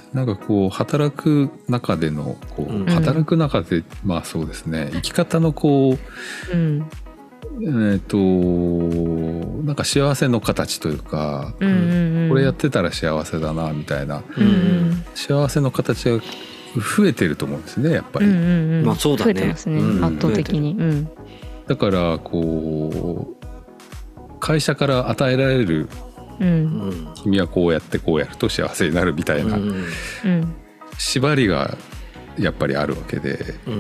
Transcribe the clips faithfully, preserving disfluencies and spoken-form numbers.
なんかこう働く中でのこう、うん、働く中でまあそうですね、生き方のこう、うん、えっとなんか幸せの形というか、うんうんうん、これやってたら幸せだなみたいな、うんうん、幸せの形が増えてると思うんですねやっぱり、うんうんうん、 まあそうだね、 増えてますね、うん、圧倒的に、うん、 だからこう会社から与えられる、うん、君はこうやってこうやると幸せになるみたいな、うんうん、縛りがやっぱりあるわけで、うん、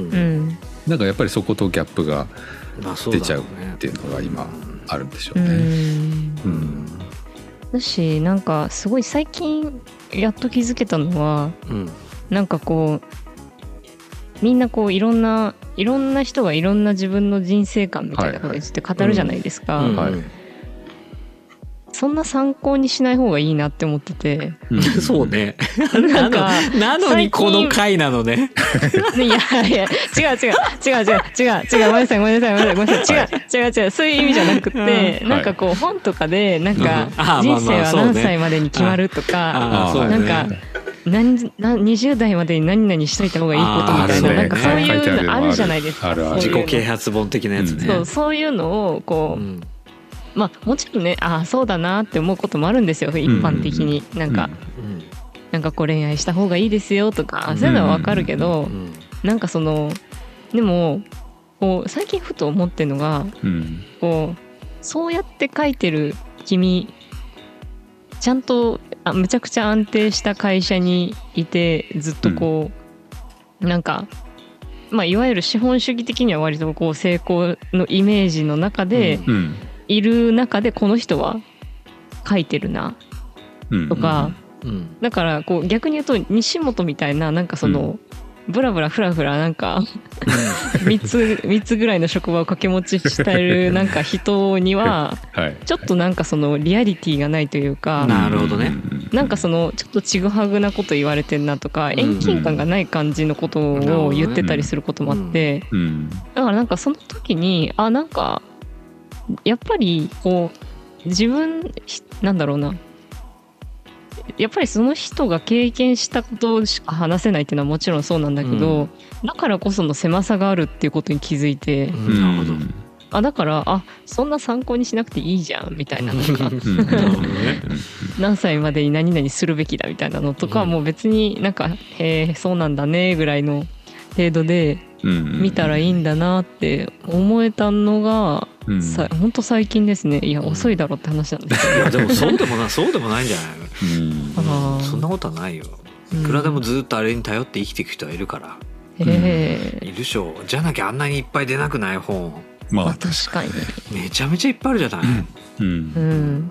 なんかやっぱりそことギャップが出ちゃうっていうのが今あるんでしょうね。うんうん、 だしなんかすごい最近やっと気づけたのは、うん、なんかこうみんなこういろんないろんな人がいろんな自分の人生観みたいなことについて語るじゃないですか。はいはい、うんそんな参考にしない方がいいなって思ってて、 うん、そうねなんかなのにこの回なのねいやいや違う違う違う違う違う違うごめんなさいごめんなさいごめんなさいごめんなさい違う違う違うそういう意味じゃなくて、はい、なんかこう本とかでなんか人生は何歳までに決まるとか、なんか何何にじゅう代までに何々しといた方がいいことみたいな、なんかそういうのあるじゃないですか。 自己啓発本的なやつね。 そうそういうのをこう、うんまあ、もちろんねああそうだなって思うこともあるんですよ一般的に、うん、なんか、うん、なんかこう恋愛した方がいいですよとかそういうのは分かるけど、うん、なんかそのでもこう最近ふと思ってるのが、うん、こうそうやって書いてる君ちゃんとあむちゃくちゃ安定した会社にいてずっとこう、うん、なんかまあいわゆる資本主義的には割とこう成功のイメージの中で、うんうんいる中でこの人は書いてるなとか、うんうんうん、だからこう逆に言うと西本みたいななんかその、うん、ブラブラフラフラなんかみっつみっつぐらいの職場を掛け持ちしてるなんか人にはちょっとなんかそのリアリティがないというか、 なるほどね、 なんかそのちょっとちぐはぐなこと言われてんなとか遠近感がない感じのことを言ってたりすることもあって、だからなんかその時にあなんかやっぱりこう自分なんだろうなやっぱりその人が経験したことしか話せないっていうのはもちろんそうなんだけど、うん、だからこその狭さがあるっていうことに気づいて、うん、なるほどあだからあそんな参考にしなくていいじゃんみたいななんか何歳までに何々するべきだみたいなのとか、うん、もう別になんかへえそうなんだねぐらいの程度で見たらいいんだなって思えたのがうん、さ本当最近ですね。いや遅いだろって話なんですけど、 いやでもそうでもなそうでもないんじゃないの、うん、そんなことはないよ。いくらでもずっとあれに頼って生きていく人はいるから、うん、いるでしょ。じゃなきゃあんなにいっぱい出なくない本、 まあ確かにめちゃめちゃいっぱいあるじゃない、うんうんうん、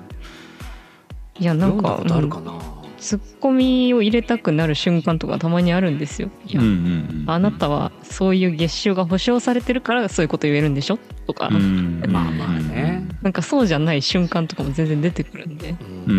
いやなんか読んだことあるかな、うんツッコミを入れたくなる瞬間とかたまにあるんですよ。いや、うんうんうん、あなたはそういう月収が保証されてるからそういうこと言えるんでしょとか、うん、 まあまあねなんかそうじゃない瞬間とかも全然出てくるんで、 うん、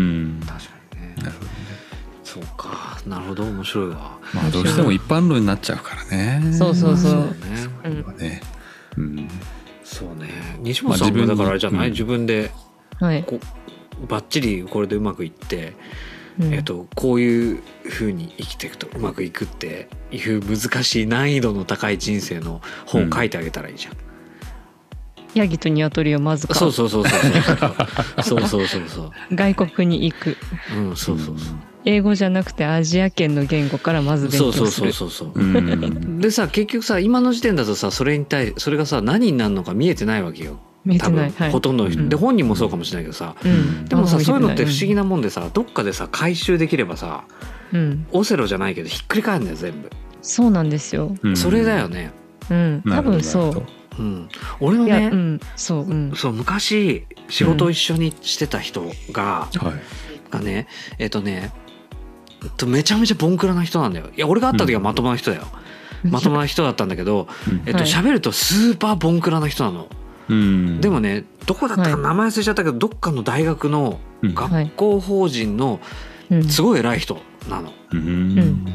確かにね。なるほどね。そうかなるほど面白いわ。 まあどうしても一般論になっちゃうからね。 そうそうそう、 そうね、 うんねうん、 そうね。西本さんもだからあれじゃない、まあ、自分でこ、 はい、 バッチリこれでうまくいってうんえっと、こういう風に生きていくとうまくいくっていう難しい難易度の高い人生の本を書いてあげたらいいじゃん、うん、 ヤギとニワトリをまず飼う。 そうそうそうそうそうそうそうそう外国に行く、 うん、そうそうそう英語じゃなくてアジア圏の言語からまず勉強する。 そうそうそうそうそうでさ結局さ今の時点だとさそれに対それがさ何になるのか見えてないわけよ。 見えてない、 多分ほとんどの人、うん、で本人もそうかもしれないけどさ、うん、でもさそういうのって不思議なもんでさどっかでさ回収できればさ、うん、オセロじゃないけどひっくり返るんだよ全部。 そうなんですよ、 うん、それだよね、 うん、多分そう、 うん、俺のね、 うん、そう、うん、 そう昔仕事を一緒にしてた人が、うん、がねえっとねめちゃめちゃボンクラな人なんだよ。いや俺が会った時はまともな人だよ、うん、まともな人だったんだけど、うんえっと、喋るとスーパーボンクラな人なの。うん、でもねどこだったか名前忘れちゃったけど、はい、どっかの大学の学校法人のすごい偉い人なの、うん、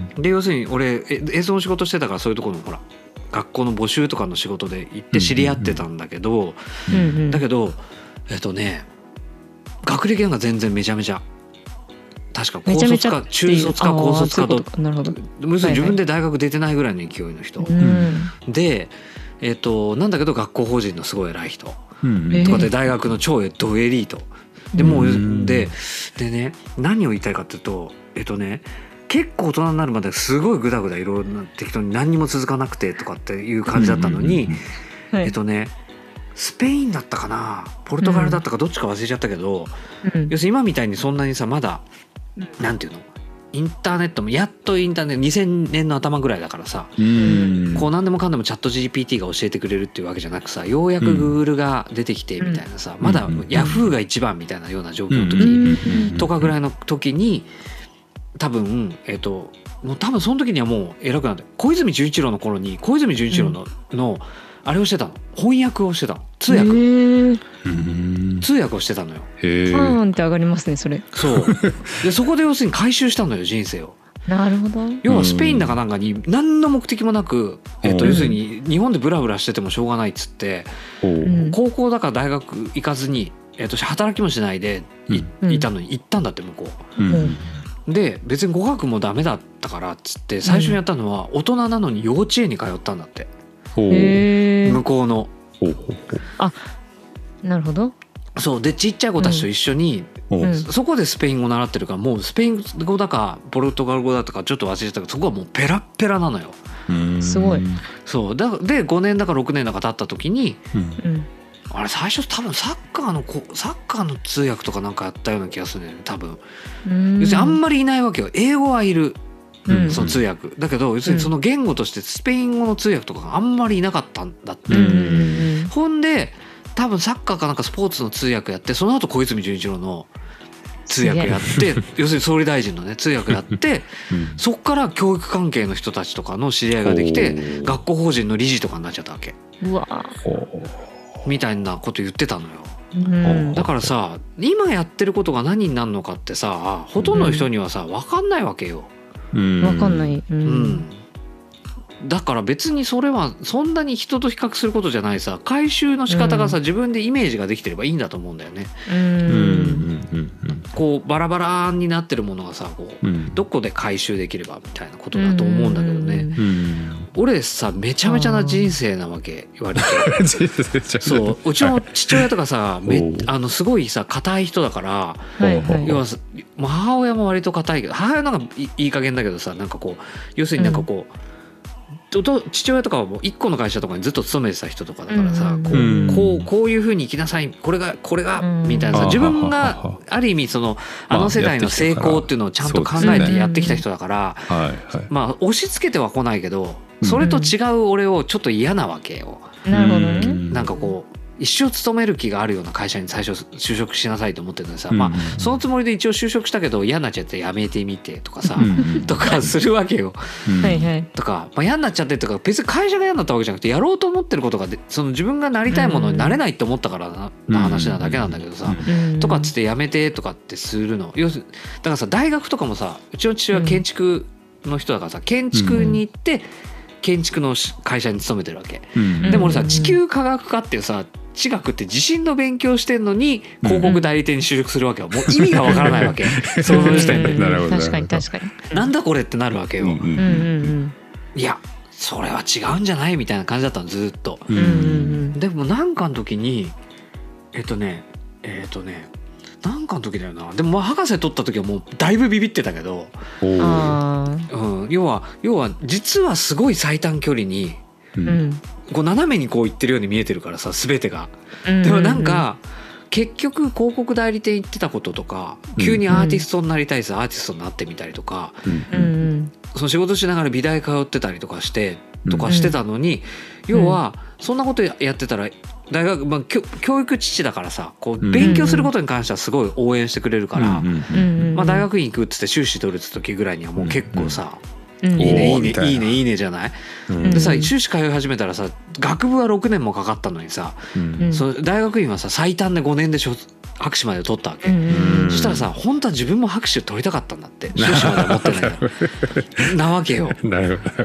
で要するに俺映像の仕事してたからそういうところのほら学校の募集とかの仕事で行って知り合ってたんだけど、うんうん、だけどえっとね学歴なんか全然めちゃめちゃ確か高卒か中卒か高卒かと、 なるほど、 むしろ自分で大学出てないぐらいの勢いの人、はいはい、で、えー、となんだけど学校法人のすごい偉い人、うん、とかで大学の超ドエリートでもう、うん、ででね何を言いたいかっていうとえっ、ー、とね結構大人になるまですごいグダグダいろんな適当に何にも続かなくてとかっていう感じだったのに、うん、えっ、ー、とねスペインだったかなポルトガルだったかどっちか忘れちゃったけど、うん、要するに今みたいにそんなにさまだ、うん、なんていうのインターネットもやっとインターネットにせんねんの頭ぐらいだからさ、うん、こう何でもかんでもチャット ジーピーティー が教えてくれるっていうわけじゃなくさようやく Google が出てきてみたいなさ、うん、まだ Yahoo が一番みたいなような状況の時とかぐらいの時に多分えっ、ー、ともう多分その時にはもう偉くなって小泉純一郎の頃に小泉純一郎の、うん、のあれをしてたの翻訳をしてたの通訳通訳をしてたのよ。 へーパーンって上がりますねそれ。 そうでそこで要するに回収したのよ人生を。 なるほど。 要はスペインだかなんかに何の目的もなく、えっと、要するに日本でブラブラしててもしょうがないっつって高校だから大学行かずに、えっと、働きもしないで い,、うん、いたのに行ったんだって向こう、うんで別に語学もダメだったからっつって最初にやったのは大人なのに幼稚園に通ったんだって、うん、向こうの。 あなるほど。 そうでちっちゃい子たちと一緒に、うん、そこでスペイン語習ってるからもうスペイン語だかポルトガル語だとかちょっと忘れちゃったけどそこはもうペラッペラなのよ。 すごい。 そうだでごねんだかろくねんだか経った時に、うん、あれ最初多分サッカーのサッカーの通訳とかなんかやったような気がするね多分。要するにあんまりいないわけよ。英語はいる、うん、その通訳だけど要するにその言語としてスペイン語の通訳とかがあんまりいなかったんだって、うん、ほんで多分サッカーかなんかスポーツの通訳やってその後小泉純一郎の通訳やって要するに総理大臣のね通訳やって、うん、そっから教育関係の人たちとかの知り合いができて学校法人の理事とかになっちゃったわけ。 うわみたいなこと言ってたのよ。うん、だからさ今やってることが何になるのかってさほとんどの人にはさ分かんないわけよ。 うん、分かんない、うんうんだから別にそれはそんなに人と比較することじゃないさ回収の仕方がさ、うん、自分でイメージができてればいいんだと思うんだよね。うんこうバラバラになってるものがさこう、うん、どこで回収できればみたいなことだと思うんだけどね。うん俺さめちゃめちゃな人生なわけ言われてそううちの父親とかさめあのすごいさ硬い人だから、はいはい、要は母親も割と硬いけど母親なんかいい加減だけどさなんかこう要するになんかこう、うん父親とかはもう一個の会社とかにずっと勤めてた人とかだからさ、こうこうこういう風に生きなさいこれがこれがみたいなさ自分がある意味そのあの世代の成功っていうのをちゃんと考えてやってきた人だからまあ押し付けては来ないけどそれと違う俺をちょっと嫌なわけよ。 なるほどね。 なんかこう一生勤める気があるような会社に最初就職しなさいと思ってるのにさ、うん、まあそのつもりで一応就職したけど嫌になっちゃってやめてみてとかさ、うん、とかするわけよ、うん、とか、まあ、嫌になっちゃってとか別に会社が嫌になったわけじゃなくてやろうと思ってることがでその自分がなりたいものになれないって思ったからな、うん、な話なだけなんだけどさ、うん、とかっつってやめてとかってするの要するだからさ大学とかもさうちの父親は建築の人だからさ建築に行って、建築の会社に勤めてるわけ、うん、でも俺さ地球科学科っていうさ地学って地震の勉強してんのに広告代理店に就職するわけよ。もう意味がわからないわけその時点で確かに確かになんだこれってなるわけよ、うんうんうん、いやそれは違うんじゃないみたいな感じだったのずっと、うんうんうん、でもなんかの時にえっとねえっとねなんかの時だよなでもまあ博士取った時はもうだいぶビビってたけど、あ、うん、要は要は実はすごい最短距離に、うんこう斜めにこう行ってるように見えてるからさ全てが、うんうんうん、でもなんか結局広告代理店行ってたこととか急にアーティストになりたいさ、うん、アーティストになってみたりとか、うん、その仕事しながら美大通ってたりとかしてとかしてたのに、うん、要はそんなことやってたら大学、まあ、教育父だからさこう勉強することに関してはすごい応援してくれるから、うんうんまあ、大学院行くっつって修士取るって時ぐらいにはもう結構さ、うんいいねいいねいいねいいねじゃない、うん、でさ修士通い始めたらさ学部はろくねんもかかったのにさ、うん、その大学院はさ最短でごねんで博士まで取ったわけ、うん、そしたらさ本当は自分も博士を取りたかったんだって修士まで持ってないからなわけよ。 なるほど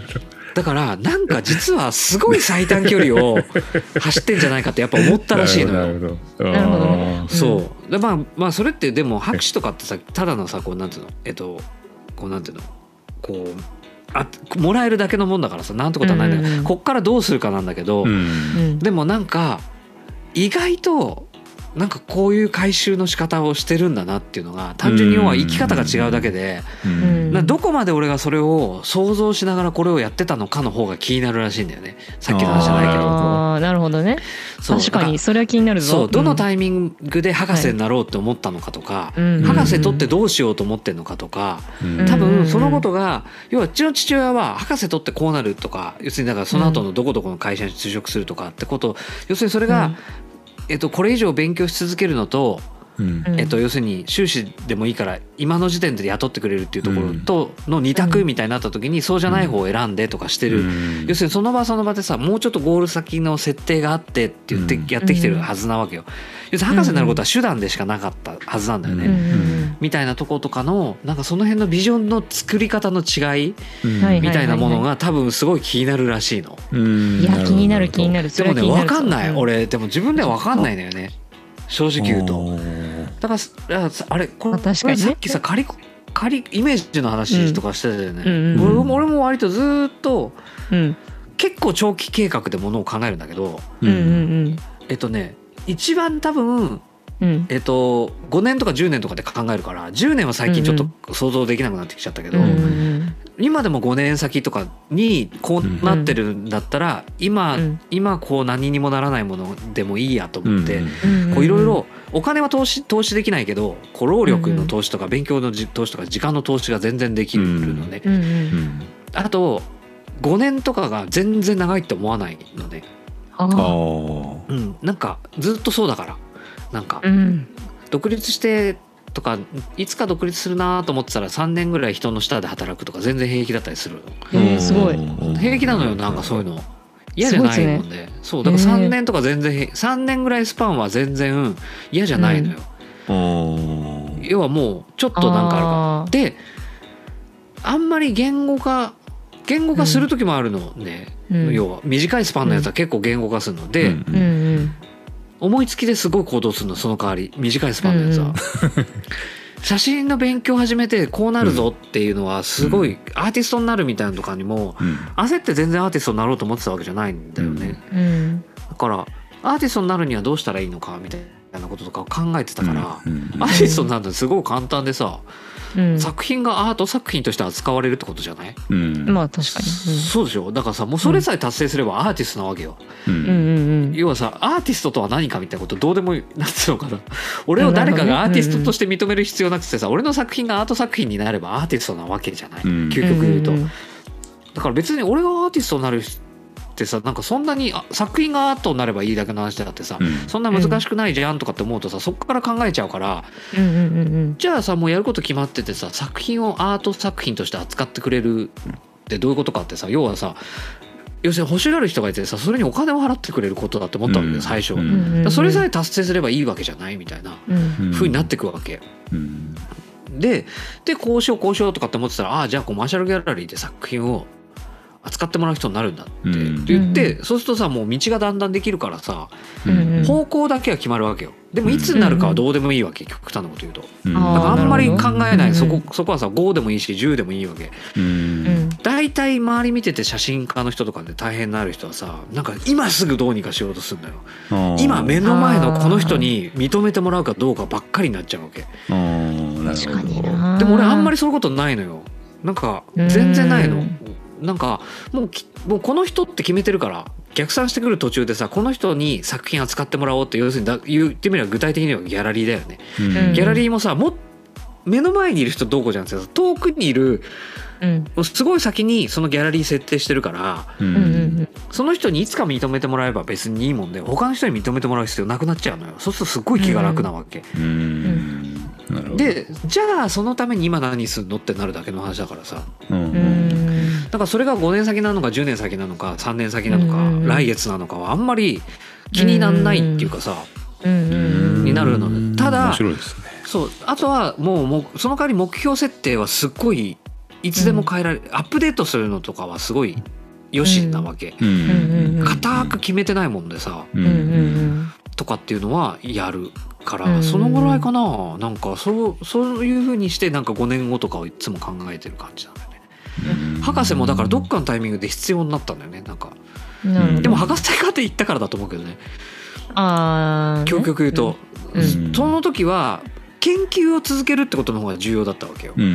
だからなんか実はすごい最短距離を走ってんじゃないかってやっぱ思ったらしいのよ。 なるほどね。 そうでまあまあそれってでも拍手とかってさただのさこうなんていうのえっとこうなんていうのこうあもらえるだけのもんだからさなんてことはないんだけど、うんうん、こっからどうするかなんだけど、うん、でもなんか意外となんかこういう回収の仕方をしてるんだなっていうのが単純に要は生き方が違うだけで、などこまで俺がそれを想像しながらこれをやってたのかの方が気になるらしいんだよね。さっきの話じゃないけど。 ああなるほどね。確かにそれは気になるぞ。 そうどのタイミングで博士になろうって思ったのかとか、はい、博士取ってどうしようと思ってんのかとか、うん、多分そのことが要はうちの父親は博士取ってこうなるとか要するにだからその後のどこどこの会社に就職するとかってこと要するにそれが、うんえっと、これ以上勉強し続けるのと、うんえっと、要するに修士でもいいから今の時点で雇ってくれるっていうところとの二択みたいになった時にそうじゃない方を選んでとかしてる、うん、要するにその場その場でさもうちょっとゴール先の設定があってって言ってやってきてるはずなわけよ。要するに博士になることは手段でしかなかったはずなんだよね、うん、みたいなとことかのなんかその辺のビジョンの作り方の違い、うん、みたいなものが多分すごい気になるらしいの、 うん、いや気になる気になる。 でもね分かんない、うん、俺でも自分では分かんないんだよね正直言うと。だからあれこれ、確かにね、さっきさ仮仮イメージの話とかしてたよね、うんうんうん、俺も割とずっと、うん、結構長期計画でものを考えるんだけど、うんうんうん、えっとね一番多分、うんえっと、ごねんとかじゅうねんとかで考えるからじゅうねんは最近ちょっと想像できなくなってきちゃったけど、うんうん、今でもごねん先とかにこうなってるんだったら、うん、今、うん、今こう何にもならないものでもいいやと思っていろいろお金は投資、投資できないけどこう労力の投資とか勉強の投資とか時間の投資が全然できるのね、うんうん、あとごねんとかが全然長いって思わないのね。あ、うん、なんかずっとそうだからなんか、うん、独立してとかいつか独立するなと思ってたらさんねんぐらい人の下で働くとか全然平気だったりするの、 えー、すごい平気なのよ。なんかそういうの嫌じゃないもんね。そうだからさんねんとか全然さんねんぐらいスパンは全然嫌じゃないのよ、うん、要はもうちょっとなんかあるからであんまり言語化言語化する時もあるのね、うん、要は短いスパンのやつは結構言語化するので、うんうんうん思いつきですごい行動するのその代わり短いスパンのやつは、うんうん、写真の勉強始めてこうなるぞっていうのはすごいアーティストになるみたいなのとかにも焦って全然アーティストになろうと思ってたわけじゃないんだよね、うん、だからアーティストになるにはどうしたらいいのかみたいなこととかを考えてたから、うんうん、アーティストになるのすごい簡単でさ、うん、作品がアート作品として扱われるってことじゃない、うん、 まあ確かに、うん、 そうでしょ。だからさもうそれさえ達成すればアーティストなわけよ、うん、要はさアーティストとは何かみたいなことどうでもいいなんていうのかな俺を誰かがアーティストとして認める必要なくてさ俺の作品がアート作品になればアーティストなわけじゃない、うん、究極言うと。だから別に俺がアーティストになるってさなんかそんなに作品がアートになればいいだけの話であってさ、うん、そんな難しくないじゃんとかって思うとさそこから考えちゃうから、うんうんうん、じゃあさもうやること決まっててさ作品をアート作品として扱ってくれるってどういうことかってさ要はさ要するに欲しがる人がいてさそれにお金を払ってくれることだって思ったわけよ最初、うん、だそれさえ達成すればいいわけじゃないみたいな風になってくわけ、うん、で, でこうしようこうしようとかって思ってたらああじゃあコマーシャルギャラリーで作品を扱ってもらう人になるんだって、うん、って言ってそうするとさもう道がだんだんできるからさ、うん、方向だけは決まるわけよ。でもいつになるかはどうでもいいわけ極端なこと言うと、うん、だからあんまり考えない、うん、そこそこはさごでもいいしじゅうでもいいわけ、うん、だいたい周り見てて写真家の人とかで大変になる人はさなんか今すぐどうにかしようとするんだよ。今目の前のこの人に認めてもらうかどうかばっかりになっちゃうわけ。 確かにな。 でも俺あんまりそういうことないのよ。なんか全然ないの。なんかもう、もうこの人って決めてるから逆算してくる途中でさこの人に作品扱ってもらおうって要するにだ言ってみれば具体的にはギャラリーだよね、うん、ギャラリーもさも目の前にいる人どうこうじゃなくて遠くにいる、うん、すごい先にそのギャラリー設定してるから、うん、その人にいつか認めてもらえば別にいいもんで他の人に認めてもらう必要なくなっちゃうのよ。そうするとすっごい気が楽なわけ、うんうん、でじゃあそのために今何するのってなるだけの話だからさ、うんだからそれがごねん先なのかじゅうねん先なのかさんねん先なのか、うん、来月なのかはあんまり気になんないっていうかさ、うん、になるのでただ面白いですね。そうあとはもうもうその代わり目標設定はすっごいいつでも変えられる、うん、アップデートするのとかはすごいよしなわけ、固く決めてないもんでさ、うんうんうん、とかっていうのはやるから、うん、そのぐらいかな。なんかそうそういう風にしてなんかごねんごとかをいつも考えてる感じなんだよね、うん、博士もだからどっかのタイミングで必要になったんだよねなんか、うん、でも博士課程行ったからだと思うけどね、あ究極言うと、うん、その時は研究を続けるってことの方が重要だったわけよ、うん、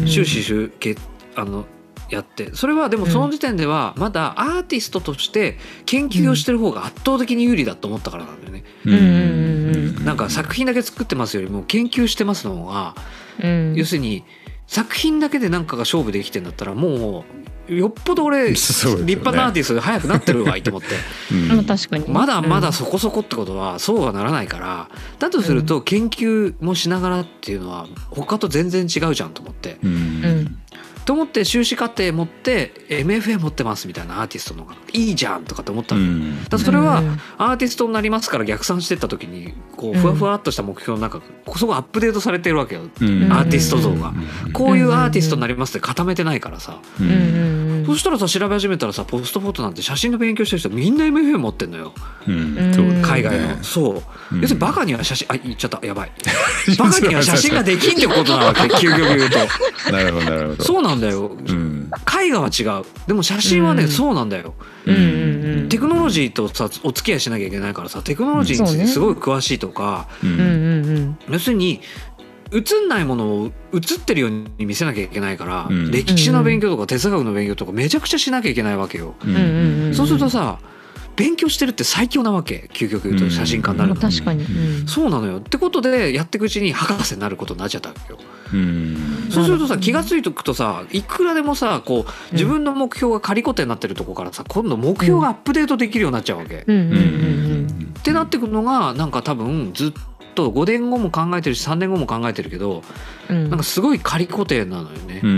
修士修けあのやってそれはでもその時点ではまだアーティストとして研究をしてる方が圧倒的に有利だと思ったからなんだよね、うん、なんか作品だけ作ってますよりも研究してますの方が、うん、要するに作品だけで何かが勝負できてんだったらもうよっぽど俺、ね、立派なアーティストで早くなってるわいいと思って、うん、確かにまだまだそこそこってことはそうはならないからだとすると研究もしながらっていうのは他と全然違うじゃんと思って、うんうんと思って修士課程持って エムエフエー 持ってますみたいなアーティストの方がいいじゃんとかって思ったの、うん、だそれはアーティストになりますから逆算してった時にこうふわふわっとした目標の中そこアップデートされてるわけよ、うん、アーティスト像がこういうアーティストになりますって固めてないからさ、うん、そしたらさ調べ始めたらさポストフォトなんて写真の勉強してる人みんな エムエフエー 持ってんのよ、うん、海外のそう、うん、要するにバカには写真あ言っちゃったやばいバカには写真ができんってことなわけ究極言うとなるほどなるほどそうなんだよ、うん、絵画は違うでも写真はね、うん、そうなんだよ、うんうんうん、テクノロジーとさお付き合いしなきゃいけないからさテクノロジーについてすごい詳しいとか、うんうん、要するに映んないものを映ってるように見せなきゃいけないから、うん、歴史の勉強とか哲学の勉強とかめちゃくちゃしなきゃいけないわけよ、うんうん、そうするとさ勉強してるって最強なわけ究極言うと写真家になるの、うん、確かに、うん、そうなのよってことでやっていくうちに博士になることになっちゃったわけよ、うん、そうするとさ気がついとくとさいくらでもさこう自分の目標が仮固定になってるとこからさ今度目標がアップデートできるようになっちゃうわけ、うんうんうんうん、ってなってくるのがなんか多分ずっとごねんごも考えてるしさんねんごも考えてるけど、うん、なんかすごい仮固定なのよね、うん、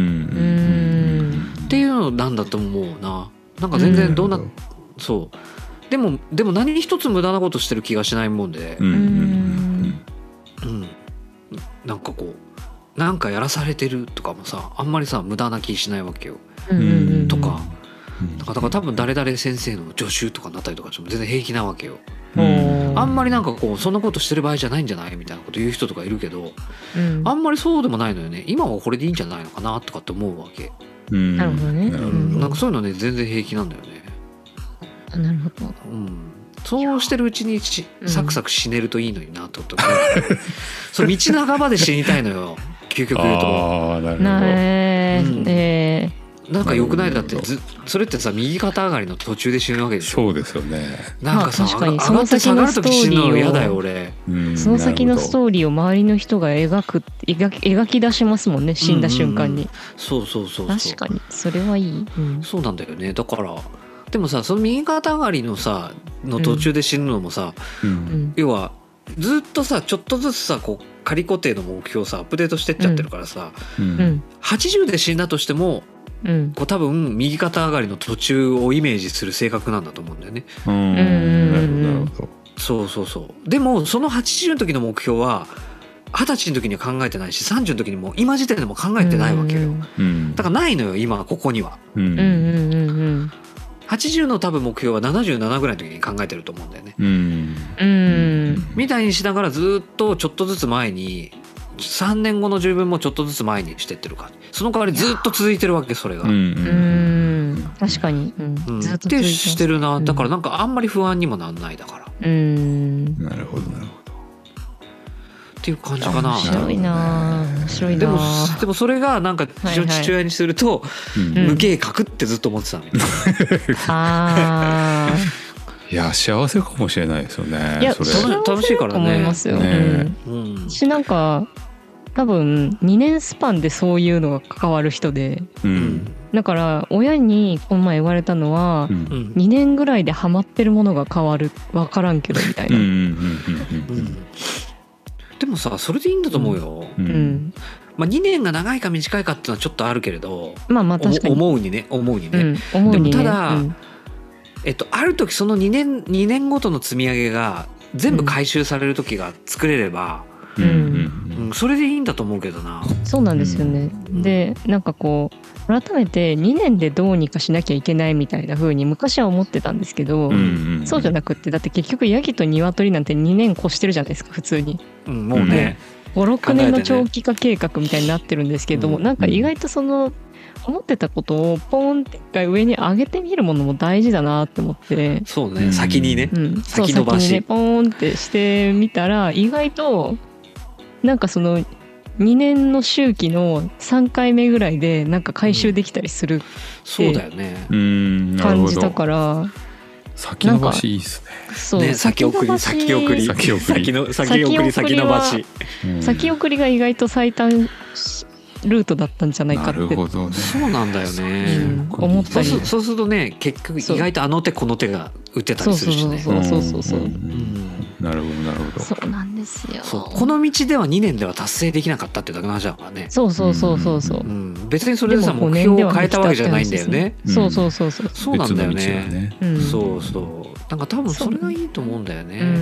っていうのなんだと思うな。なんか全然どんな、うん、そうでもでも何一つ無駄なことしてる気がしないもんで、うんうん、なんかこうなんかやらされてるとかもさあんまりさ無駄な気しないわけよ、うん、とかだから多分誰々先生の助手とかになったりとかしても全然平気なわけよ、うん、あんまりなんかこうそんなことしてる場合じゃないんじゃないみたいなこと言う人とかいるけど、うん、あんまりそうでもないのよね。今はこれでいいんじゃないのかなとかって思うわけ、うん、なるほどね、うん、なんかそういうのね全然平気なんだよね。なるほど、うん、そうしてるうちにサクサク死ねるといいのになと思って、うん、そう道半ばで死にたいのよ究極言うと。あなるほど、えーうんえー、なんか良くないだってずそれってさ右肩上がりの途中で死ぬわけでしょ。そうですよね。なんかさ、まあ、上がって下がる時死ぬの嫌だよ俺、うん、その先のストーリーを周りの人が描く描き、描き出しますもんね死んだ瞬間に、うんうんうん、そうそうそうそう確かにそれはいい、うん、そうなんだよね。だからでもさその右肩上がりのさの途中で死ぬのもさ、うん、要はずっとさちょっとずつさこう仮固定の目標をさアップデートしてっちゃってるからさ、うん、はちじゅうで死んだとしても、うん、こう多分右肩上がりの途中をイメージする性格なんだと思うんだよね。うんなるほどなるほど。そうそうそう。でもそのはちじゅうの時の目標ははたちの時には考えてないしさんじゅうの時にも今時点でも考えてないわけよ、うん、だからないのよ今ここには、うんうんうんうんはちじゅうの多分目標はななじゅうななぐらいの時に考えてると思うんだよね、うんうん、みたいにしながらずっとちょっとずつ前にさんねんごの自分もちょっとずつ前にしてってる感じ。その代わりずっと続いてるわけそれが、うんうん、確かに、うんうん、ずっと続いてるしてるな。だからなんかあんまり不安にもなんないだから、うん、なるほどなるほどっていう感じかな。面白いな面白いな。でもでもそれがなんか父親にすると、はいはい、無計画ってずっと思ってたみたいな、うん、あいや幸せかもしれないですよね。いやそれ楽しいからね思いますよ、ねうん、私なんか多分にねんスパンでそういうのが関わる人で、うん、だから親にこの前言われたのは、うん、にねんぐらいでハマってるものが変わる分からんけどみたいな、うんうんうんうんでもさそれでいいんだと思うよ、うんうんまあ、にねんが長いか短いかっていうのはちょっとあるけれど、まあまあ確かに思うにね思うにね、うん、でもただ、うんえっと、ある時その2年、2年ごとの積み上げが全部回収される時が作れれば、うん、 うん、それでいいんだと思うけどな。 そうなんですよね、うん、でなんかこう改めてにねんでどうにかしなきゃいけないみたいな風に昔は思ってたんですけど、うんうんうん、そうじゃなくって、だって結局ヤギと鶏なんてにねん越してるじゃないですか普通に、 うん、もうね、 ごろくねんの長期化計画みたいになってるんですけども、ね、なんか意外とその思ってたことをポンって一回上に上げてみるものも大事だなって思って。 そうね、先にね、うん、先延ばし、 そう先にねポンってしてみたら意外となんかそのにねんの周期のさんかいめぐらいでなんか回収できたりするって感じだから、 先延ばしいいですね。 そう、 ね、先送り先送り先送り先の先送り先延ばし、 先送りが意外と最短ルートだったんじゃないかって。なるほどね。 そうなんだよね、うん、 思ったり。 そうす、そうするとね結局意外とあの手この手が打ってたりするしね。 そうそうそうそうそう、うんうんなるほどなるほど。 そうなんですよ。 そうこの道ではにねんでは達成できなかったっていうだけの話だからね。 そうそうそうそうそう、うんうん、別にそれでさ目標を変えたわけじゃないんだよね。 そうそうそうそうそうなんだよね、 ねうん、そうそうなんか多分それがいいと思うんだよね。うん、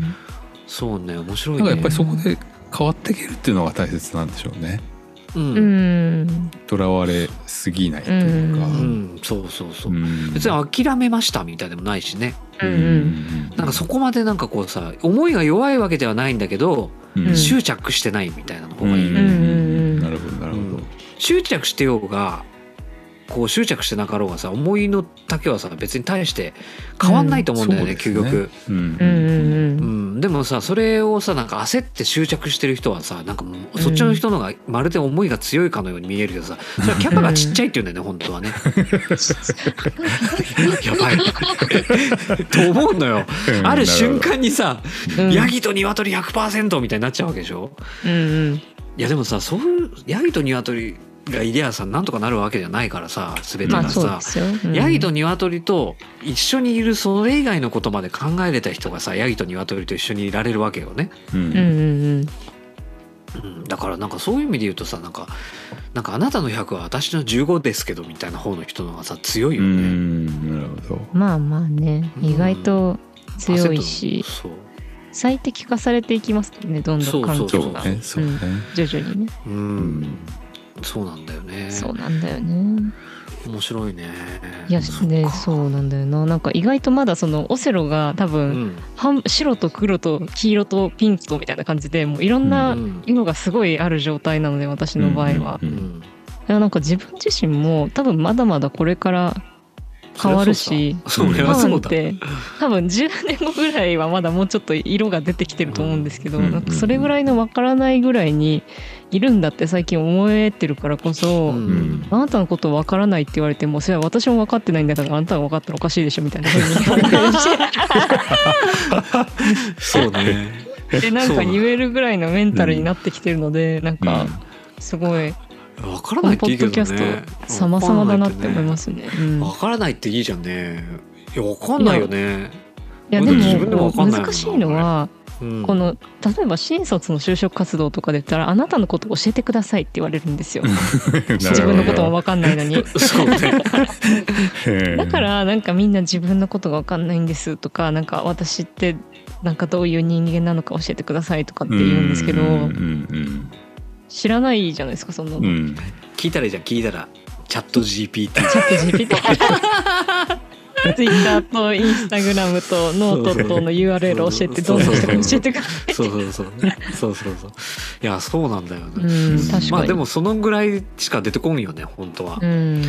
そうね面白いね。 なんかやっぱりそこで変わっていけるっていうのが大切なんでしょうね。 うん、 囚われすぎないというか、うんうん、そうそうそう、うん、別に諦めましたみたいでもないしね、うんうん、なんかそこまでなんかこうさ思いが弱いわけではないんだけど、うん、執着してないみたいなの方がいいよね、うんうん、 なるほどなるほど、うん、 執着してようがこう執着してなかろうがさ思いの丈はさ別に対して変わんないと思うんだよね、うん、究極、うんうんうん、でもさそれをさなんか焦って執着してる人はさなんかもうそっちの人のがまるで思いが強いかのように見えるけどさそれはキャパがちっちゃいって言うんだよね本当はねやばいと思うのよ、うん、ある瞬間にさ、うん、ヤギと鶏 ひゃくパーセント みたいになっちゃうわけでしょ、うんうん、いやでもさそういうヤギと鶏がいりゃさなんとかなるわけじゃないからさ全てがさ、まあうん、ヤギと鶏と一緒にいるそれ以外のことまで考えれた人がさヤギと鶏と一緒にいられるわけよね、うんうんうんうん、だからなんかそういう意味で言うとさなんかなんかあなたのひゃくは私のじゅうごですけどみたいな方の人の方がさ強いよね。 うんなるほど。 まあまあね意外と強いし、うん、そう最適化されていきますねどんどん環境が徐々にね。うん、うんそうなんだよね。 そうなんだよね。 面白いね。 いやねそうなんだよな。なんか意外とまだそのオセロが多分、うん、白と黒と黄色とピンクとみたいな感じでもういろんな色がすごいある状態なので私の場合は。うんうんうん、なんか自分自身も多分まだまだこれから変わるし、 それはそうだ。 って多分じゅうねんごぐらいはまだもうちょっと色が出てきてると思うんですけど、うん、なんかそれぐらいのわからないぐらいにいるんだって最近思えてるからこそ、うん、あなたのことわからないって言われてもそれは私も分かってないんだからあなたが分かったらおかしいでしょみたいな風に言われてるしそうねでなんか言えるぐらいのメンタルになってきてるので、うん、なんかすごい分からないっていいけどね。 ポッドキャスト様々だなって思いますね。 分からないっていいじゃんね。いや分かんないよね。 いやでも難しいのは、うん、この例えば新卒の就職活動とかで言ったらあなたのことを教えてくださいって言われるんですよ。自分のことも分かんないのに。そうね。だからなんかみんな自分のことが分かんないんですとかなんか私ってなんかどういう人間なのか教えてくださいとかって言うんですけど。うんうんうん知らないじゃないですかそんなの、うん、 聞いたらいいじゃん聞いたらチャット ジーピーティーチャット ジーピーティー ツイッターとインスタグラムとノートとの ユーアールエル 教えてどんな人か教えてください。 そうそうそうそうそうそういやそうなんだよね。うん確かにまあでもそのぐらいしか出てこんよね本当は、うん、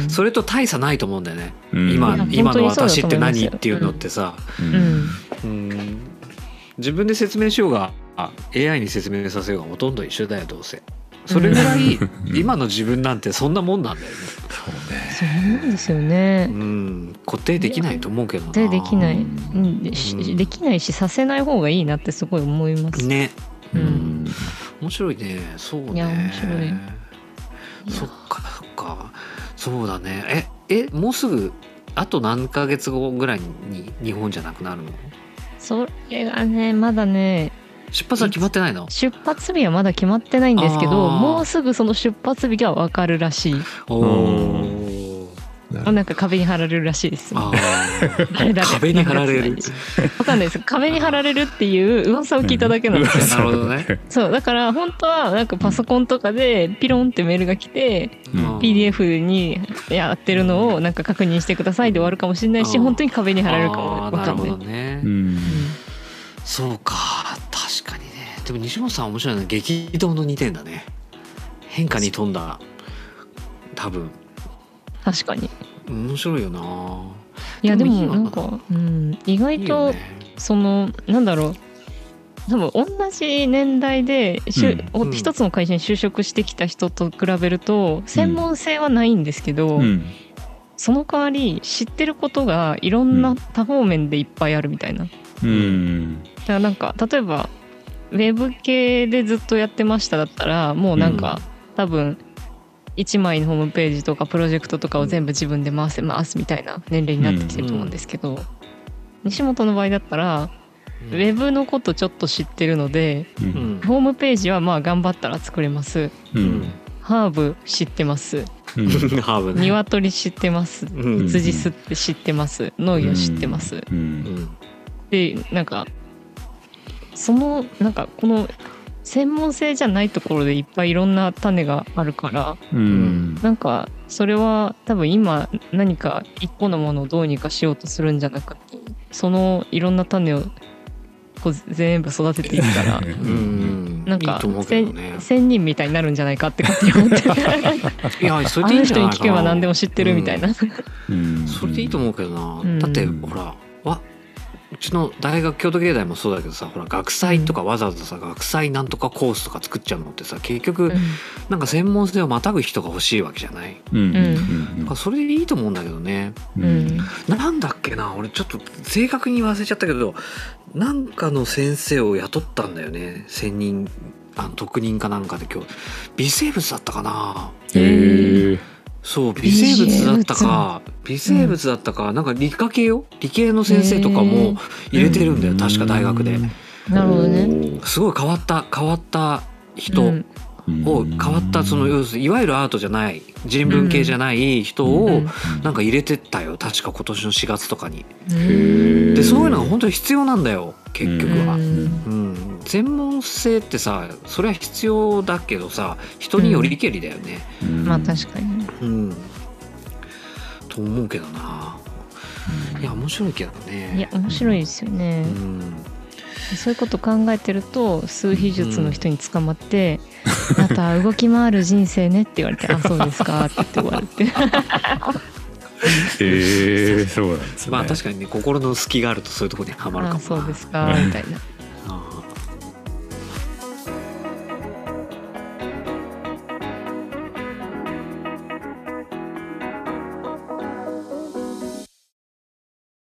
それと大差ないと思うんだよね、うん、今今の私って何っていうのってさ、うんうん、自分で説明しようが エーアイ に説明させようがほとんど一緒だよどうせ。それぐらい今の自分なんてそんなもんなんだよね。 そうね。そうなんですよね。 うん、固定できないと思うけどな。 固定できない、うん、で, できないしさせない方がいいなってすごい思いますね。うん、面白いね。そうね。いや面白い。そっかそっか。そうだね。ええもうすぐあと何ヶ月後ぐらいに日本じゃなくなるの？ それがねまだね。 出発は決まってないの？ 出発日はまだ決まってないんですけどもうすぐその出発日が分かるらしい。 おなんか壁に貼られるらしいです。 ああ壁に貼られる。 わかんないです。壁に貼られるっていう噂を聞いただけなんですよ。 なるほどね。 そうだから本当はなんかパソコンとかでピロンってメールが来て、うん、ピーディーエフ にやってるのをなんか確認してくださいで終わるかもしれないし、本当に壁に貼られるかもわかんない。なるほどね。うん、 そうか確かにね。でも西本さん面白いのは激動のにてんだね。変化に富んだ多分。確かに面白いよな。 いやでもなんか、うん、意外とそのなんだろう、多分同じ年代で、うん、一つの会社に就職してきた人と比べると専門性はないんですけど、うん、その代わり知ってることがいろんな多方面でいっぱいあるみたいな、うん、だからなんか例えばウェブ系でずっとやってましただったらもうなんか、うん、多分いちまいのホームページとかプロジェクトとかを全部自分で回せますみたいな年齢になってきてると思うんですけど、うん、西本の場合だったらウェブのことちょっと知ってるので、うん、ホームページはまあ頑張ったら作れます、うん、ハーブ知ってます、うん、ハーブね、鶏知ってます、うん、羊吸って知ってます、農業知ってます、うん、でなんかそのなんかこの専門性じゃないところでいっぱいいろんな種があるから、うん、なんかそれは多分今何か一個のものをどうにかしようとするんじゃなくて、そのいろんな種をこう全部育てていったら、うん、なんか千人みたいになるんじゃないかって勝手に思っていやそれでいいんじゃないかな、あの人に聞けば何でも知ってるみたいな、 うん、それでいいと思うけどな、うん、だってほらわうちの大学京都芸大もそうだけどさ、ほら学祭とかわざわざさ学祭なんとかコースとか作っちゃうのってさ、結局なんか専門性をまたぐ人が欲しいわけじゃない、うん、だからそれでいいと思うんだけどね、うん、なんだっけな、俺ちょっと正確に忘れちゃったけどなんかの先生を雇ったんだよね、専任あの特任かなんかで今日微生物だったかな。へえ。そう微生物だったか微生物だったか、なんか理科系よ、理系の先生とかも入れてるんだよ、確か大学で。 なるほどね。 すごい変わった変わった人を、変わったその要するにいわゆるアートじゃない人文系じゃない人をなんか入れてたよ、確か今年のしがつとかに。でそういうのが本当に必要なんだよ結局は。うん、専門性ってさそれは必要だけどさ、人によりけりだよね、 うん、まあ確かに、うん、 と思うけどな。いや面白いけどね。 いや面白いですよね、うん、そういうこと考えてると数秘術の人に捕まって、うん、あなた動き回る人生ねって言われてあそうですかって言って終わるってえー、そうなんですね。 まあ確かにね心の隙があるとそういうところにはまるかもな。 あそうですかみたいな